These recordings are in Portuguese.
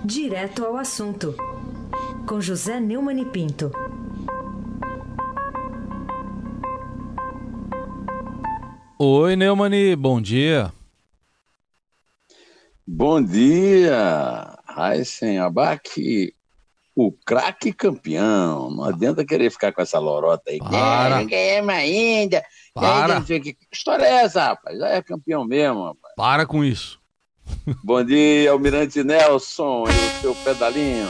Direto ao assunto, com José Neumann e Pinto. Oi, Neumani, bom dia. Bom dia, Raíssen Abac, o craque campeão. Não adianta querer ficar com essa lorota aí. Para. Ganhamos ainda. Para. Não sei que história é essa, rapaz? Já é campeão mesmo, rapaz. Para com isso. Bom dia, Almirante Nelson e o seu pedalinho.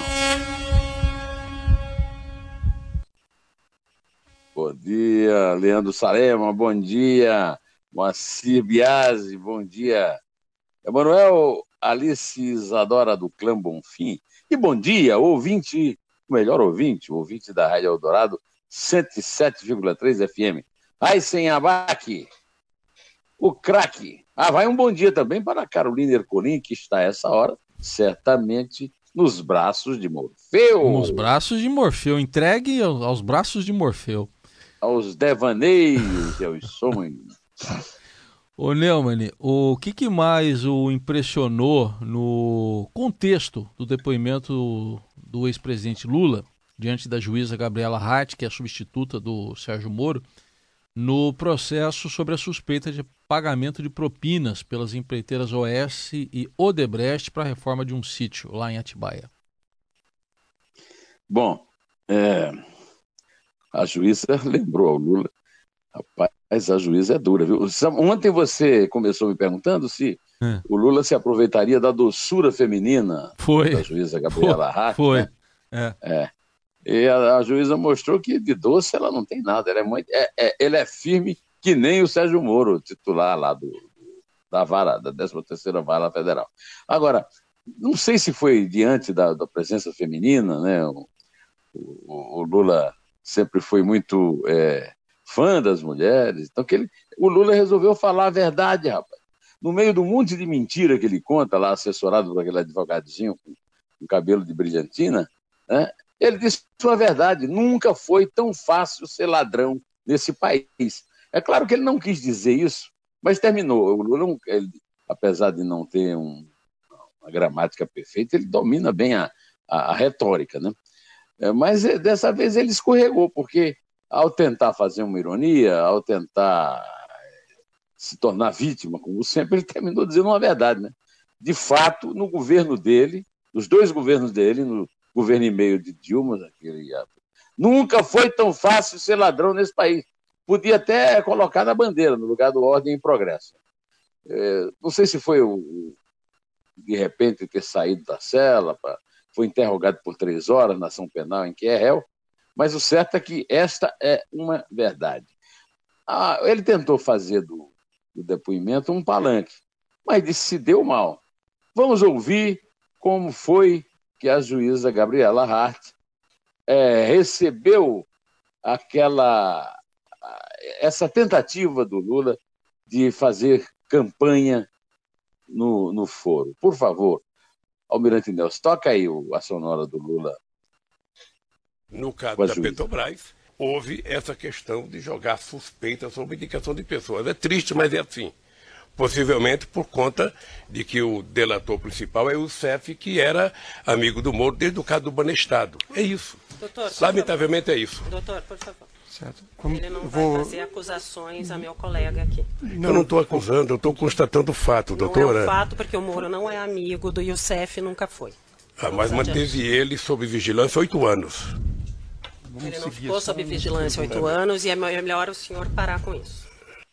Bom dia, Leandro Salema, bom dia. Moacir Biasi, bom dia. Emanuel Alice Isadora do Clã Bonfim. E bom dia, ouvinte, o melhor ouvinte, o ouvinte da Rádio Eldorado, 107,3 FM. Raíssen Abac, o craque. Vai um bom dia também para a Carolina Ercolim, que está a essa hora, certamente, nos braços de Morfeu. Nos braços de Morfeu, entregue aos braços de Morfeu. Aos devaneios e aos sonhos. Ô Neumann, o que mais o impressionou no contexto do depoimento do ex-presidente Lula, diante da juíza Gabriela Hart, que é a substituta do Sérgio Moro, no processo sobre a suspeita de pagamento de propinas pelas empreiteiras OS e Odebrecht para a reforma de um sítio lá em Atibaia? Bom, a juíza lembrou ao Lula. Rapaz, a juíza é dura, viu? Ontem você começou me perguntando se o Lula se aproveitaria da doçura feminina da juíza Gabriela Hart. Foi. Né? E a juíza mostrou que de doce ela não tem nada. Ela é firme que nem o Sérgio Moro, titular lá da vara, da 13ª Vara Federal. Agora, não sei se foi diante da presença feminina, né? O Lula sempre foi muito fã das mulheres, então o Lula resolveu falar a verdade, rapaz. No meio do monte de mentira que ele conta, lá assessorado por aquele advogadinho com cabelo de brilhantina, né? Ele disse a verdade, nunca foi tão fácil ser ladrão nesse país. É claro que ele não quis dizer isso, mas terminou. O Lula, apesar de não ter uma gramática perfeita, ele domina bem a retórica, né? Mas dessa vez ele escorregou, porque ao tentar fazer uma ironia, ao tentar se tornar vítima, como sempre, ele terminou dizendo uma verdade, né? De fato, no governo dele, nos dois governos dele, no governo e meio de Dilma, nunca foi tão fácil ser ladrão nesse país. Podia até colocar na bandeira, no lugar do Ordem e Progresso. Não sei se foi de repente ter saído da cela, foi interrogado por 3 horas na ação penal em que é réu, mas o certo é que esta é uma verdade. Ele tentou fazer do depoimento um palanque, mas disse se deu mal. Vamos ouvir como foi que a juíza Gabriela Hart recebeu essa tentativa do Lula de fazer campanha no foro. Por favor, Almirante Nelson, toca aí a sonora do Lula. No caso da Petrobras, houve essa questão de jogar suspeita sobre indicação de pessoas. É triste, mas é assim. Possivelmente por conta de que o delator principal é o CEF, que era amigo do Moro desde o caso do Banestado. É isso. Doutor, lamentavelmente é isso. Doutor, por favor. Certo. Ele não vai fazer acusações a meu colega aqui. Eu não estou acusando, eu estou constatando o fato, doutora. Não é um fato, porque o Moro não é amigo do Youssef, nunca foi. Mas manteve ele sob vigilância 8 anos. Ele não ficou sob vigilância 8 anos e é melhor o senhor parar com isso.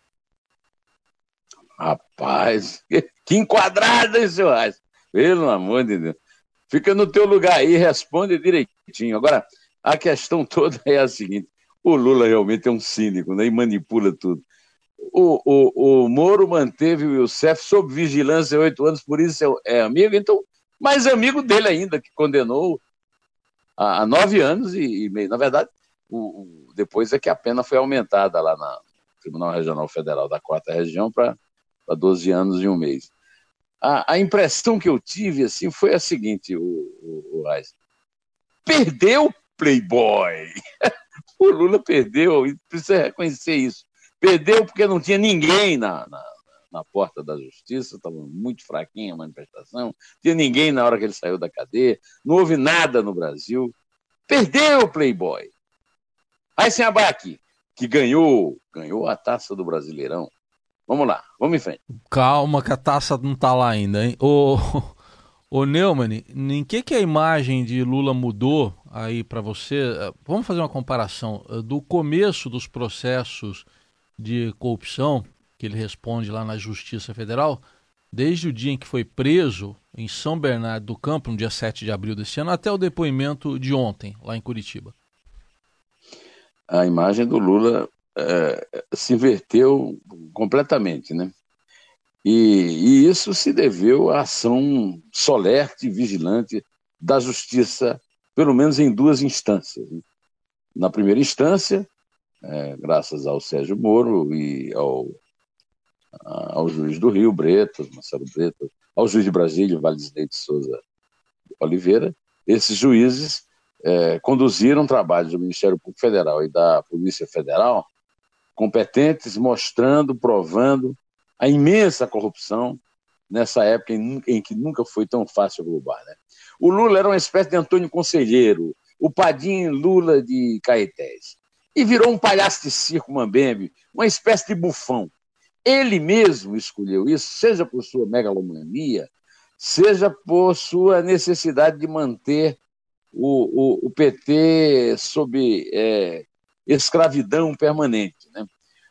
Rapaz, que enquadrada, hein, senhor Reis? Pelo amor de Deus. Fica no teu lugar aí, responde direitinho. Agora, a questão toda é a seguinte: o Lula realmente é um cínico, né, e manipula tudo. O Moro manteve o Youssef sob vigilância 8 anos, por isso é amigo, então, mais amigo dele ainda, que condenou a 9 anos e meio. Na verdade, depois é que a pena foi aumentada lá no Tribunal Regional Federal da 4ª Região para 12 anos e 1 mês. A impressão que eu tive assim, foi a seguinte, o Reis. Perdeu, Playboy! O Lula perdeu, e precisa reconhecer isso. Perdeu porque não tinha ninguém na porta da justiça, estava muito fraquinha a manifestação, não tinha ninguém na hora que ele saiu da cadeia, não houve nada no Brasil. Perdeu o Playboy. Raíssen Abac, que ganhou a taça do Brasileirão. Vamos lá, vamos em frente. Calma que a taça não está lá ainda, hein? Ô Neumann, em que a imagem de Lula mudou aí para você? Vamos fazer uma comparação do começo dos processos de corrupção, que ele responde lá na Justiça Federal, desde o dia em que foi preso em São Bernardo do Campo, no dia 7 de abril desse ano, até o depoimento de ontem, lá em Curitiba. A imagem do Lula se inverteu completamente, né? E isso se deveu à ação solerte e vigilante da Justiça, pelo menos em duas instâncias, né? Na primeira instância, graças ao Sérgio Moro e ao juiz do Rio, Bretas, Marcelo Bretas, ao juiz de Brasília, Valisney de Souza Oliveira, esses juízes conduziram trabalhos do Ministério Público Federal e da Polícia Federal competentes, mostrando, provando a imensa corrupção nessa época em que nunca foi tão fácil roubar, né? O Lula era uma espécie de Antônio Conselheiro, o Padim Lula de Caetés, e virou um palhaço de circo mambembe, uma espécie de bufão. Ele mesmo escolheu isso, seja por sua megalomania, seja por sua necessidade de manter o PT sob escravidão permanente, né?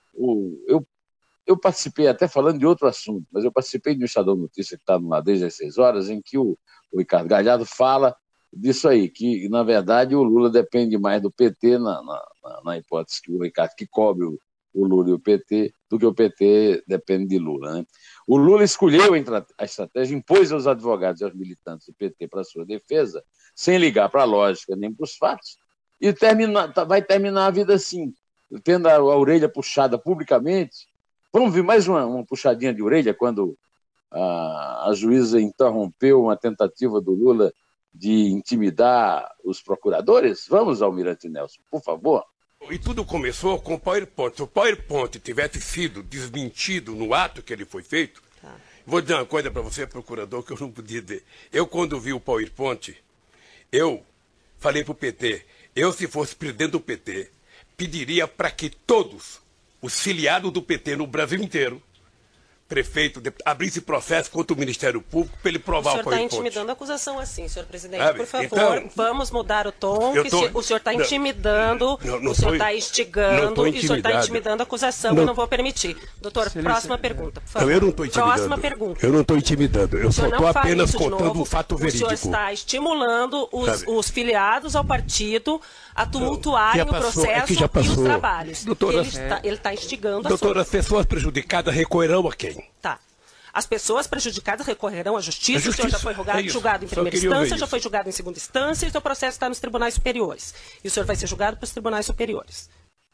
Eu participei, até falando de outro assunto, mas eu participei de um Estadão Notícia que está no ar desde as 6 horas, em que o Ricardo Galhardo fala disso aí, que, na verdade, o Lula depende mais do PT, na hipótese que o Ricardo que cobre o Lula e o PT, do que o PT depende de Lula, né? O Lula escolheu a estratégia, impôs aos advogados e aos militantes do PT para sua defesa, sem ligar para a lógica nem para os fatos, e vai terminar a vida assim, tendo a orelha puxada publicamente. Vamos ver mais uma puxadinha de orelha quando a juíza interrompeu uma tentativa do Lula de intimidar os procuradores? Vamos, Almirante Nelson, por favor. E tudo começou com o PowerPoint. Se o PowerPoint tivesse sido desmentido no ato que ele foi feito, vou dizer uma coisa para você, procurador, que eu não podia dizer. Eu, quando vi o PowerPoint, eu falei para o PT, se fosse presidente do PT, pediria para que todos os filiados do PT no Brasil inteiro, prefeito, abrisse processo contra o Ministério Público para ele provar o PowerPoint. O senhor está intimidando a acusação assim, senhor presidente. Por favor, então, vamos mudar o tom. O senhor está intimidando, o senhor está instigando, e o senhor está intimidando a acusação. Eu não vou permitir. Doutor, próxima pergunta, por favor. Eu não estou intimidando. Próxima pergunta. Eu não estou intimidando. Eu só estou apenas contando um fato verídico. O senhor está estimulando os filiados ao partido a tumultuarem o processo e os trabalhos. Doutora, ele está instigando doutora, as pessoas prejudicadas recorrerão a quem? Tá. As pessoas prejudicadas recorrerão à justiça. O senhor já foi julgado em primeira instância, já foi julgado em segunda instância, e o seu processo está nos tribunais superiores. E o senhor vai ser julgado pelos tribunais superiores.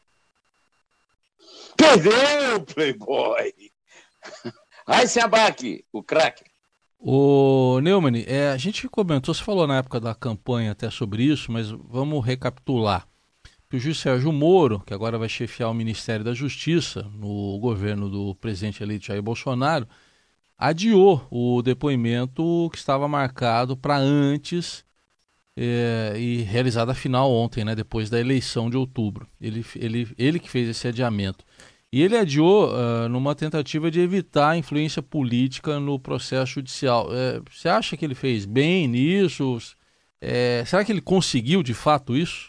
Perdeu, Playboy! Raíssen Abac, o craque. Ô Neumann, a gente comentou, você falou na época da campanha até sobre isso, mas vamos recapitular. O juiz Sérgio Moro, que agora vai chefiar o Ministério da Justiça no governo do presidente eleito Jair Bolsonaro, adiou o depoimento que estava marcado para antes e realizado a final ontem, né, depois da eleição de outubro. Ele que fez esse adiamento. E ele adiou numa tentativa de evitar a influência política no processo judicial. Você acha que ele fez bem nisso? Será que ele conseguiu de fato isso?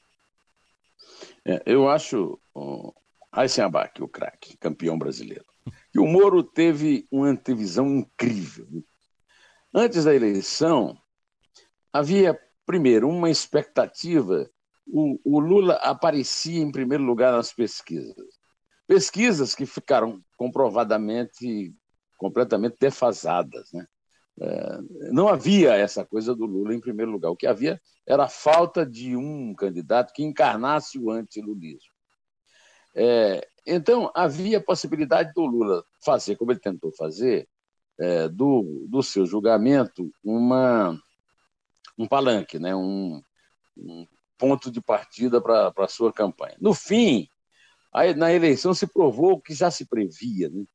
Eu acho Raíssen Abac, o craque, campeão brasileiro. E o Moro teve uma antevisão incrível. Antes da eleição, havia, primeiro, uma expectativa. O Lula aparecia em primeiro lugar nas pesquisas. Pesquisas que ficaram comprovadamente, completamente defasadas, né? Não havia essa coisa do Lula em primeiro lugar. O que havia era a falta de um candidato que encarnasse o antilulismo. Então, havia a possibilidade do Lula fazer, como ele tentou fazer, do seu julgamento um palanque, né? um ponto de partida para a sua campanha. No fim, na eleição se provou o que já se previa, né?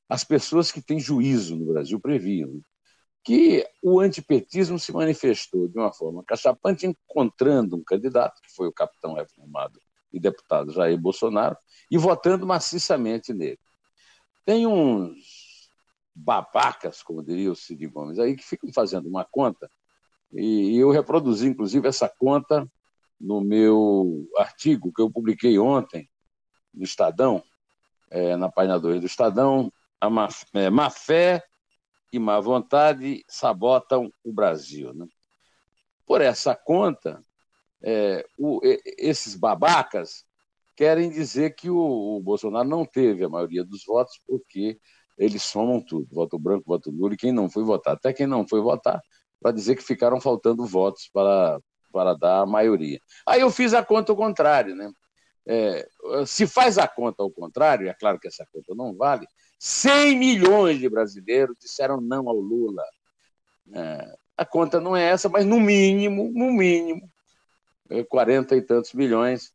as pessoas que têm juízo no Brasil previam, né, que o antipetismo se manifestou de uma forma cachapante, encontrando um candidato, que foi o capitão reformado e deputado Jair Bolsonaro, e votando maciçamente nele. Tem uns babacas, como diria o Cid Gomes, aí que ficam fazendo uma conta, e eu reproduzi, inclusive, essa conta no meu artigo que eu publiquei ontem no Estadão, na página 2 do Estadão, má fé e má vontade sabotam o Brasil, né? Por essa conta, esses babacas querem dizer que o Bolsonaro não teve a maioria dos votos porque eles somam tudo, voto branco, voto nulo, e quem não foi votar, até quem não foi votar, para dizer que ficaram faltando votos para dar a maioria. Aí eu fiz a conta ao contrário, né? Se faz a conta ao contrário, é claro que essa conta não vale, 100 milhões de brasileiros disseram não ao Lula. A conta não é essa, mas no mínimo, 40 e tantos milhões,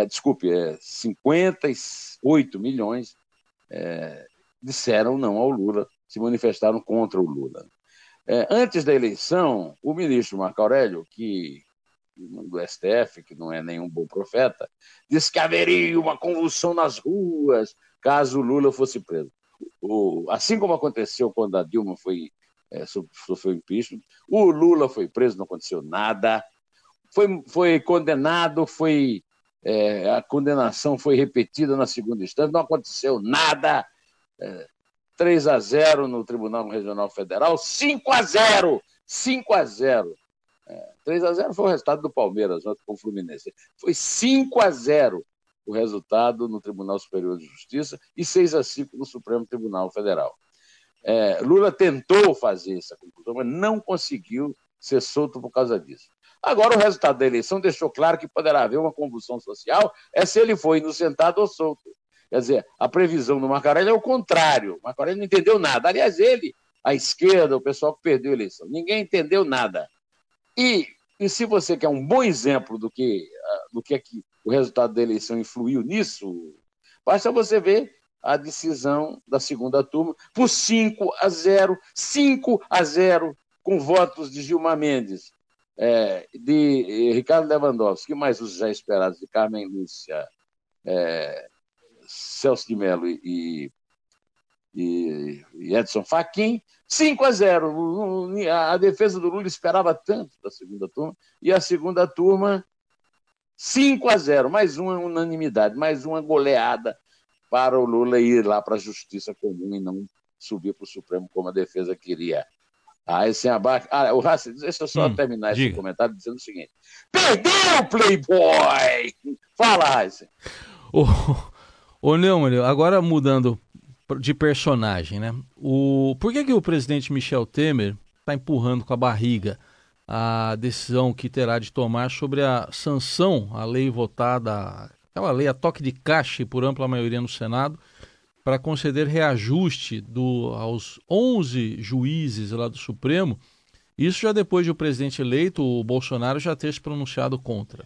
58 milhões disseram não ao Lula, se manifestaram contra o Lula. Antes da eleição, o ministro Marco Aurélio, do STF, que não é nenhum bom profeta, disse que haveria uma convulsão nas ruas caso o Lula fosse preso. Assim como aconteceu quando a Dilma sofreu impeachment, o Lula foi preso, não aconteceu nada, foi condenado, a condenação foi repetida na segunda instância, não aconteceu nada. 3-0 no Tribunal Regional Federal, 5-0. 5-0. 3-0 foi o resultado do Palmeiras com o Fluminense. Foi 5-0 o resultado no Tribunal Superior de Justiça e 6-5 no Supremo Tribunal Federal. Lula tentou fazer essa conclusão, mas não conseguiu ser solto por causa disso. Agora, o resultado da eleição deixou claro que poderá haver uma convulsão social, se ele for inocentado ou solto. Quer dizer, a previsão do Marco Aurélio é o contrário. O Marco Aurélio não entendeu nada. Aliás, a esquerda, o pessoal que perdeu a eleição, ninguém entendeu nada. E se você quer um bom exemplo do que o resultado da eleição influiu nisso, basta você ver a decisão da segunda turma por 5-0, 5-0, com votos de Gilmar Mendes, de Ricardo Lewandowski, mais os já esperados de Carmen Lúcia, Celso de Mello e Edson Fachin, 5-0. A defesa do Lula esperava tanto da segunda turma, e a segunda turma, 5-0. Mais uma unanimidade, mais uma goleada para o Lula ir lá para a justiça comum e não subir para o Supremo como a defesa queria. O Raci, deixa eu só terminar esse comentário dizendo o seguinte: perdeu, Playboy! Fala, Raci. Ô Neumann, agora mudando de personagem, né? Por que o presidente Michel Temer está empurrando com a barriga a decisão que terá de tomar sobre a sanção, a lei votada, aquela lei a toque de caixa por ampla maioria no Senado, para conceder reajuste aos 11 juízes lá do Supremo, isso já depois de o presidente eleito, o Bolsonaro, já ter se pronunciado contra?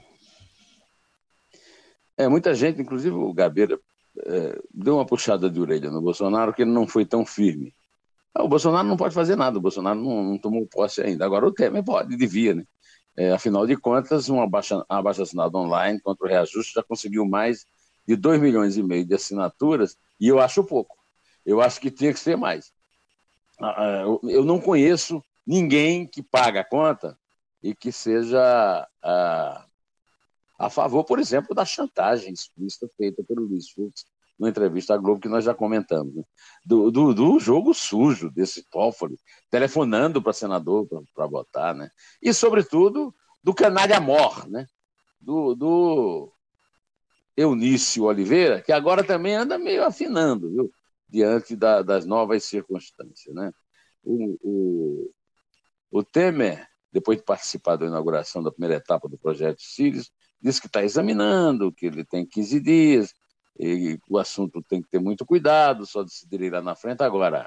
Muita gente, inclusive o Gabeira, deu uma puxada de orelha no Bolsonaro, que ele não foi tão firme. O Bolsonaro não pode fazer nada, o Bolsonaro não tomou posse ainda. Agora o Temer pode, devia, né? Afinal de contas, um abaixo-assinado online contra o reajuste já conseguiu mais de 2,5 milhões de assinaturas, e eu acho pouco. Eu acho que tinha que ser mais. Eu não conheço ninguém que paga a conta e que seja a favor, por exemplo, da chantagem explícita feita pelo Luiz Fux na entrevista à Globo, que nós já comentamos, né? Do jogo sujo desse Toffoli, telefonando para senador para votar, né? E, sobretudo, do canalha mor, né? Do Eunício Oliveira, que agora também anda meio afinando, viu? Diante das novas circunstâncias, né? O Temer, depois de participar da inauguração da primeira etapa do projeto Sírios, disse que está examinando, que ele tem 15 dias, e o assunto tem que ter muito cuidado, só decidirei lá na frente. Agora,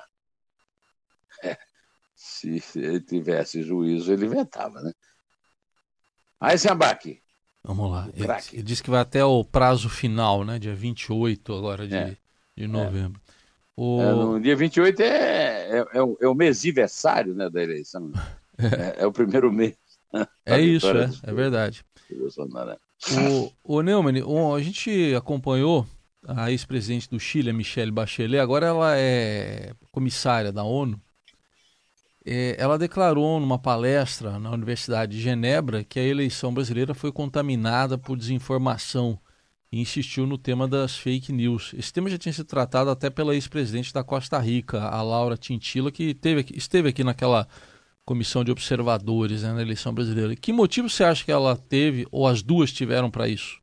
se ele tivesse juízo, ele vetava, né? Aí, Sambaque. Vamos lá. Ele disse que vai até o prazo final, né? Dia 28 agora de novembro. No dia 28 é o mesiversário, né, da eleição. É o primeiro mês. É isso, é verdade. Bolsonaro. O Neumann, a gente acompanhou a ex-presidente do Chile, a Michelle Bachelet, agora ela é comissária da ONU. Ela declarou numa palestra na Universidade de Genebra que a eleição brasileira foi contaminada por desinformação e insistiu no tema das fake news. Esse tema já tinha sido tratado até pela ex-presidente da Costa Rica, a Laura Chinchilla, que esteve aqui naquela comissão de observadores, né, na eleição brasileira. Que motivo você acha que ela teve, ou as duas tiveram para isso?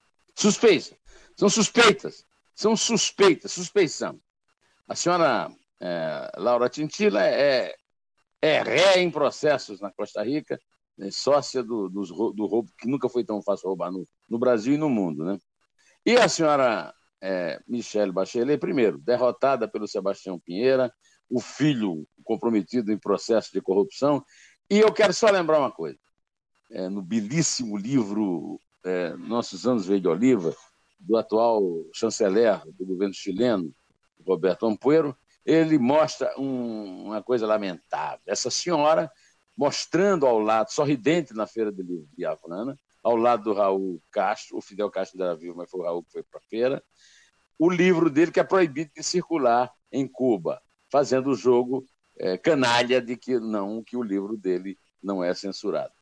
São suspeição. A senhora Laura Chinchilla é ré em processos na Costa Rica, sócia do roubo, que nunca foi tão fácil roubar no Brasil e no mundo, né? E a senhora Michelle Bachelet, primeiro, derrotada pelo Sebastião Pinheira, o filho comprometido em processo de corrupção. E eu quero só lembrar uma coisa. No belíssimo livro Nossos Anos Verde Oliva, do atual chanceler do governo chileno, Roberto Ampuero, ele mostra uma coisa lamentável. Essa senhora mostrando ao lado, sorridente na Feira do Livro de Havana, ao lado do Raul Castro, o Fidel Castro ainda era vivo, mas foi o Raul que foi para a feira, o livro dele que é proibido de circular em Cuba, fazendo o jogo canalha de que o livro dele não é censurado.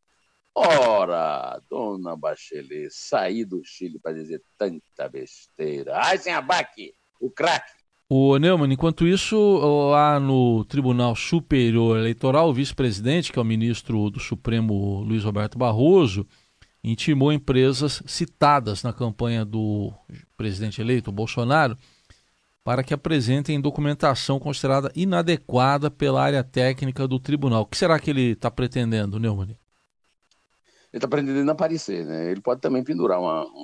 Ora, dona Bachelet, saí do Chile para dizer tanta besteira. Ai, sem abaque, o craque. O Neumann, enquanto isso, lá no Tribunal Superior Eleitoral, o vice-presidente, que é o ministro do Supremo Luiz Roberto Barroso, intimou empresas citadas na campanha do presidente eleito, Bolsonaro, para que apresentem documentação considerada inadequada pela área técnica do tribunal. O que será que ele está pretendendo, Neumann? Ele está pretendendo aparecer, né? Ele pode também pendurar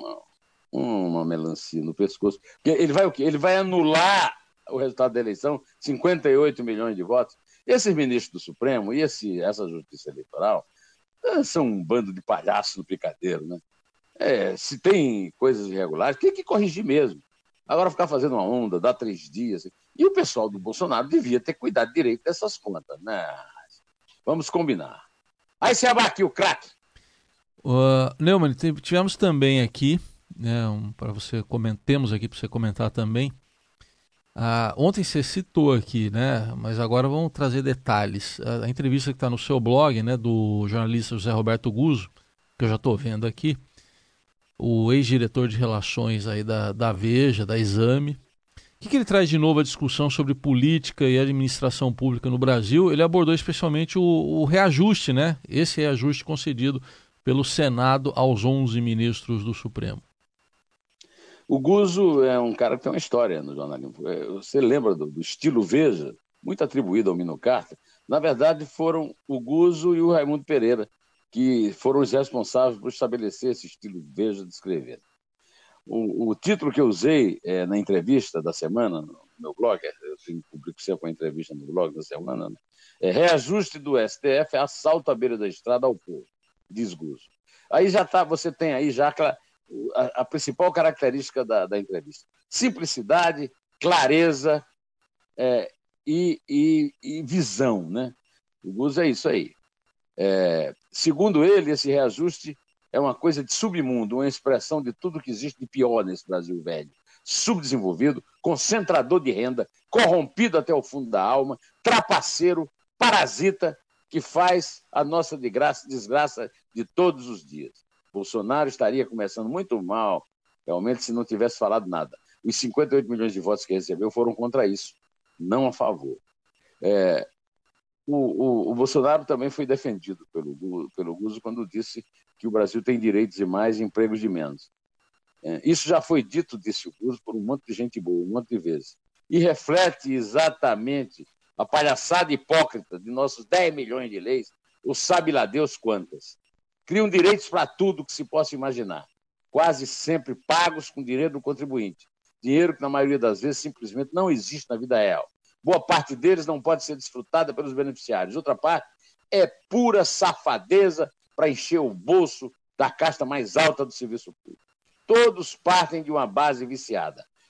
uma melancia no pescoço. Porque ele vai o quê? Ele vai anular o resultado da eleição, 58 milhões de votos. Esses ministros do Supremo e essa Justiça Eleitoral são um bando de palhaços no picadeiro, né? Se tem coisas irregulares, tem que corrigir mesmo. Agora ficar fazendo uma onda, dar 3 dias. E o pessoal do Bolsonaro devia ter cuidado direito dessas contas, né? Vamos combinar. Aí se abaque o craque. Neumann, tivemos também aqui, né, temos aqui para você comentar também. Ontem você citou aqui, né, mas agora vamos trazer detalhes. A entrevista que está no seu blog, né, do jornalista José Roberto Guzzo, que eu já estou vendo aqui, o ex-diretor de relações aí da Veja, da Exame. O que ele traz de novo a discussão sobre política e administração pública no Brasil? Ele abordou especialmente o reajuste, né? Esse reajuste concedido pelo Senado aos 11 ministros do Supremo. O Guzzo é um cara que tem uma história no jornalismo. Você lembra do estilo Veja, muito atribuído ao Mino Carter? Na verdade, foram o Guzzo e o Raimundo Pereira que foram os responsáveis por estabelecer esse estilo Veja de escrever. O título que eu usei na entrevista da semana, no meu blog, eu publico sempre uma entrevista no blog da semana, né? Reajuste do STF, assalto à beira da estrada ao povo, diz Guzzo. Aí você tem aí já a principal característica da entrevista. Simplicidade, clareza e visão, né? O Guzzo é isso aí. Segundo ele, esse reajuste é uma coisa de submundo, uma expressão de tudo que existe de pior nesse Brasil velho. Subdesenvolvido, concentrador de renda, corrompido até o fundo da alma, trapaceiro, parasita, que faz a nossa desgraça de todos os dias. Bolsonaro estaria começando muito mal, realmente, se não tivesse falado nada. Os 58 milhões de votos que recebeu foram contra isso, não a favor. O Bolsonaro também foi defendido pelo Guzzo quando disse que o Brasil tem direitos de mais e empregos de menos. Isso já foi dito, disse o Guzzo, por um monte de gente boa, um monte de vezes. E reflete exatamente a palhaçada hipócrita de nossos 10 milhões de leis, ou sabe lá Deus quantas. Criam direitos para tudo que se possa imaginar, quase sempre pagos com dinheiro do contribuinte. Dinheiro que, na maioria das vezes, simplesmente não existe na vida real. Boa parte deles não pode ser desfrutada pelos beneficiários. Outra parte é pura safadeza para encher o bolso da casta mais alta do serviço público. Todos partem de uma base viciada.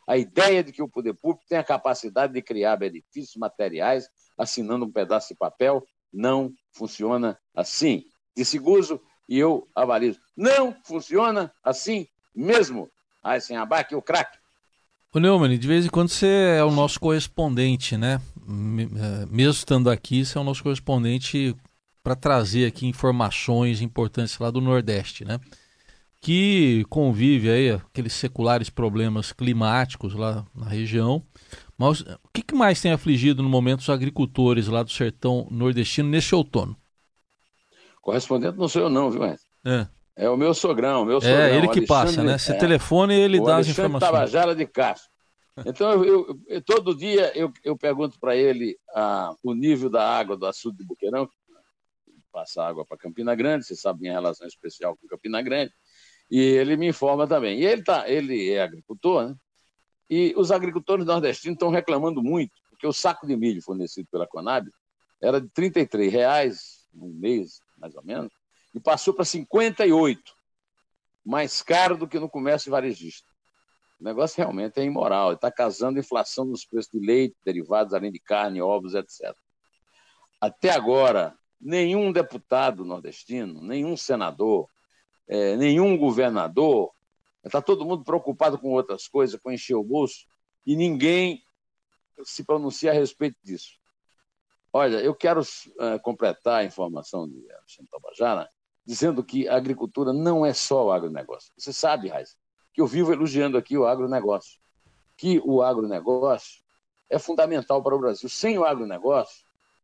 A ideia de que o poder público tem a capacidade de criar benefícios materiais assinando um pedaço de papel não funciona assim. Disse Guzzo e eu avalizo. Não funciona assim mesmo. Aysen Abac, o craque. Ô Neumann, de vez em quando você é o nosso correspondente, né? Mesmo estando aqui, você é o nosso correspondente para trazer aqui informações importantes lá do Nordeste, né? Que convive aí aqueles seculares problemas climáticos lá na região. Mas o que mais tem afligido no momento os agricultores lá do sertão nordestino neste outono? Correspondente não sou eu não, viu, Enzo? É o meu sogrão, ele que passa, né? Você telefona e ele dá as informações. Tabajara de Castro. Então, todo dia eu pergunto para ele o nível da água do açude de Boqueirão, passa água para Campina Grande, você sabe minha relação especial com Campina Grande, e ele me informa também. E ele é agricultor, né? E os agricultores nordestinos estão reclamando muito, porque o saco de milho fornecido pela Conab era de R$ 33,00 no mês, mais ou menos, e passou para 58, mais caro do que no comércio varejista. O negócio realmente é imoral, está causando inflação nos preços de leite, derivados, além de carne, ovos, etc. Até agora, nenhum deputado nordestino, nenhum senador, nenhum governador, está todo mundo preocupado com outras coisas, com encher o bolso, e ninguém se pronuncia a respeito disso. Olha, eu quero completar a informação de Alexandre Tabajara, dizendo que a agricultura não é só o agronegócio. Você sabe, Raiz, que eu vivo elogiando aqui o agronegócio, que o agronegócio é fundamental para o Brasil. Sem o agronegócio,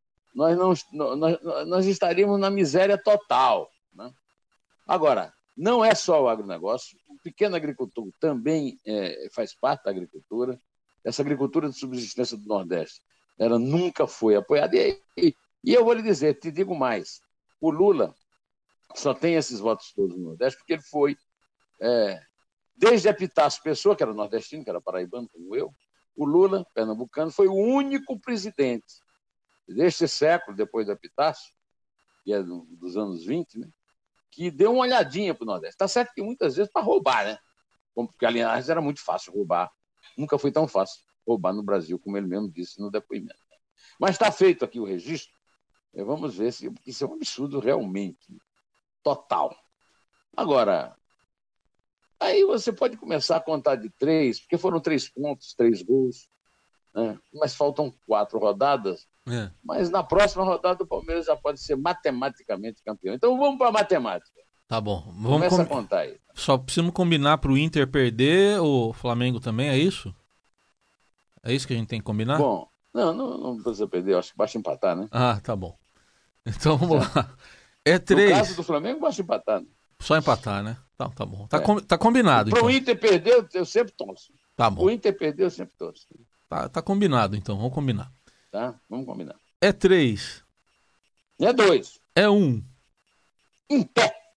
nós estaríamos na miséria total, né? Agora, não é só o agronegócio, o pequeno agricultor também faz parte da agricultura. Essa agricultura de subsistência do Nordeste, ela nunca foi apoiada. E eu vou lhe dizer, te digo mais, o Lula só tem esses votos todos no Nordeste porque ele foi, desde Epitácio Pessoa, que era nordestino, que era paraibano como eu, o Lula, pernambucano, foi o único presidente deste século, depois de Epitácio, que é dos anos 20, né, que deu uma olhadinha para o Nordeste. Está certo que muitas vezes para roubar, né? Porque, aliás, era muito fácil roubar. Nunca foi tão fácil roubar no Brasil, como ele mesmo disse no depoimento. Mas está feito aqui o registro. Vamos ver se isso é um absurdo realmente total. Agora, aí você pode começar a contar de 3, porque foram 3 pontos, 3 gols, né? Mas faltam 4 rodadas. Mas na próxima rodada o Palmeiras já pode ser matematicamente campeão. Então vamos para a matemática. Tá bom. Começa a contar aí. Só precisamos combinar para o Inter perder, o Flamengo também, é isso? É isso que a gente tem que combinar? Bom, não precisa perder, eu acho que basta empatar, né? Ah, tá bom. Então vamos lá. É 3. No caso do Flamengo, basta empatar. Né? Só empatar, né? Tá bom. Tá combinado. Para o então. Inter perder, eu sempre torço. Tá bom. O Inter perder, eu sempre torço. Tá combinado, então. Vamos combinar. Tá? Vamos combinar. É 3. É 2. É 1. Em pé.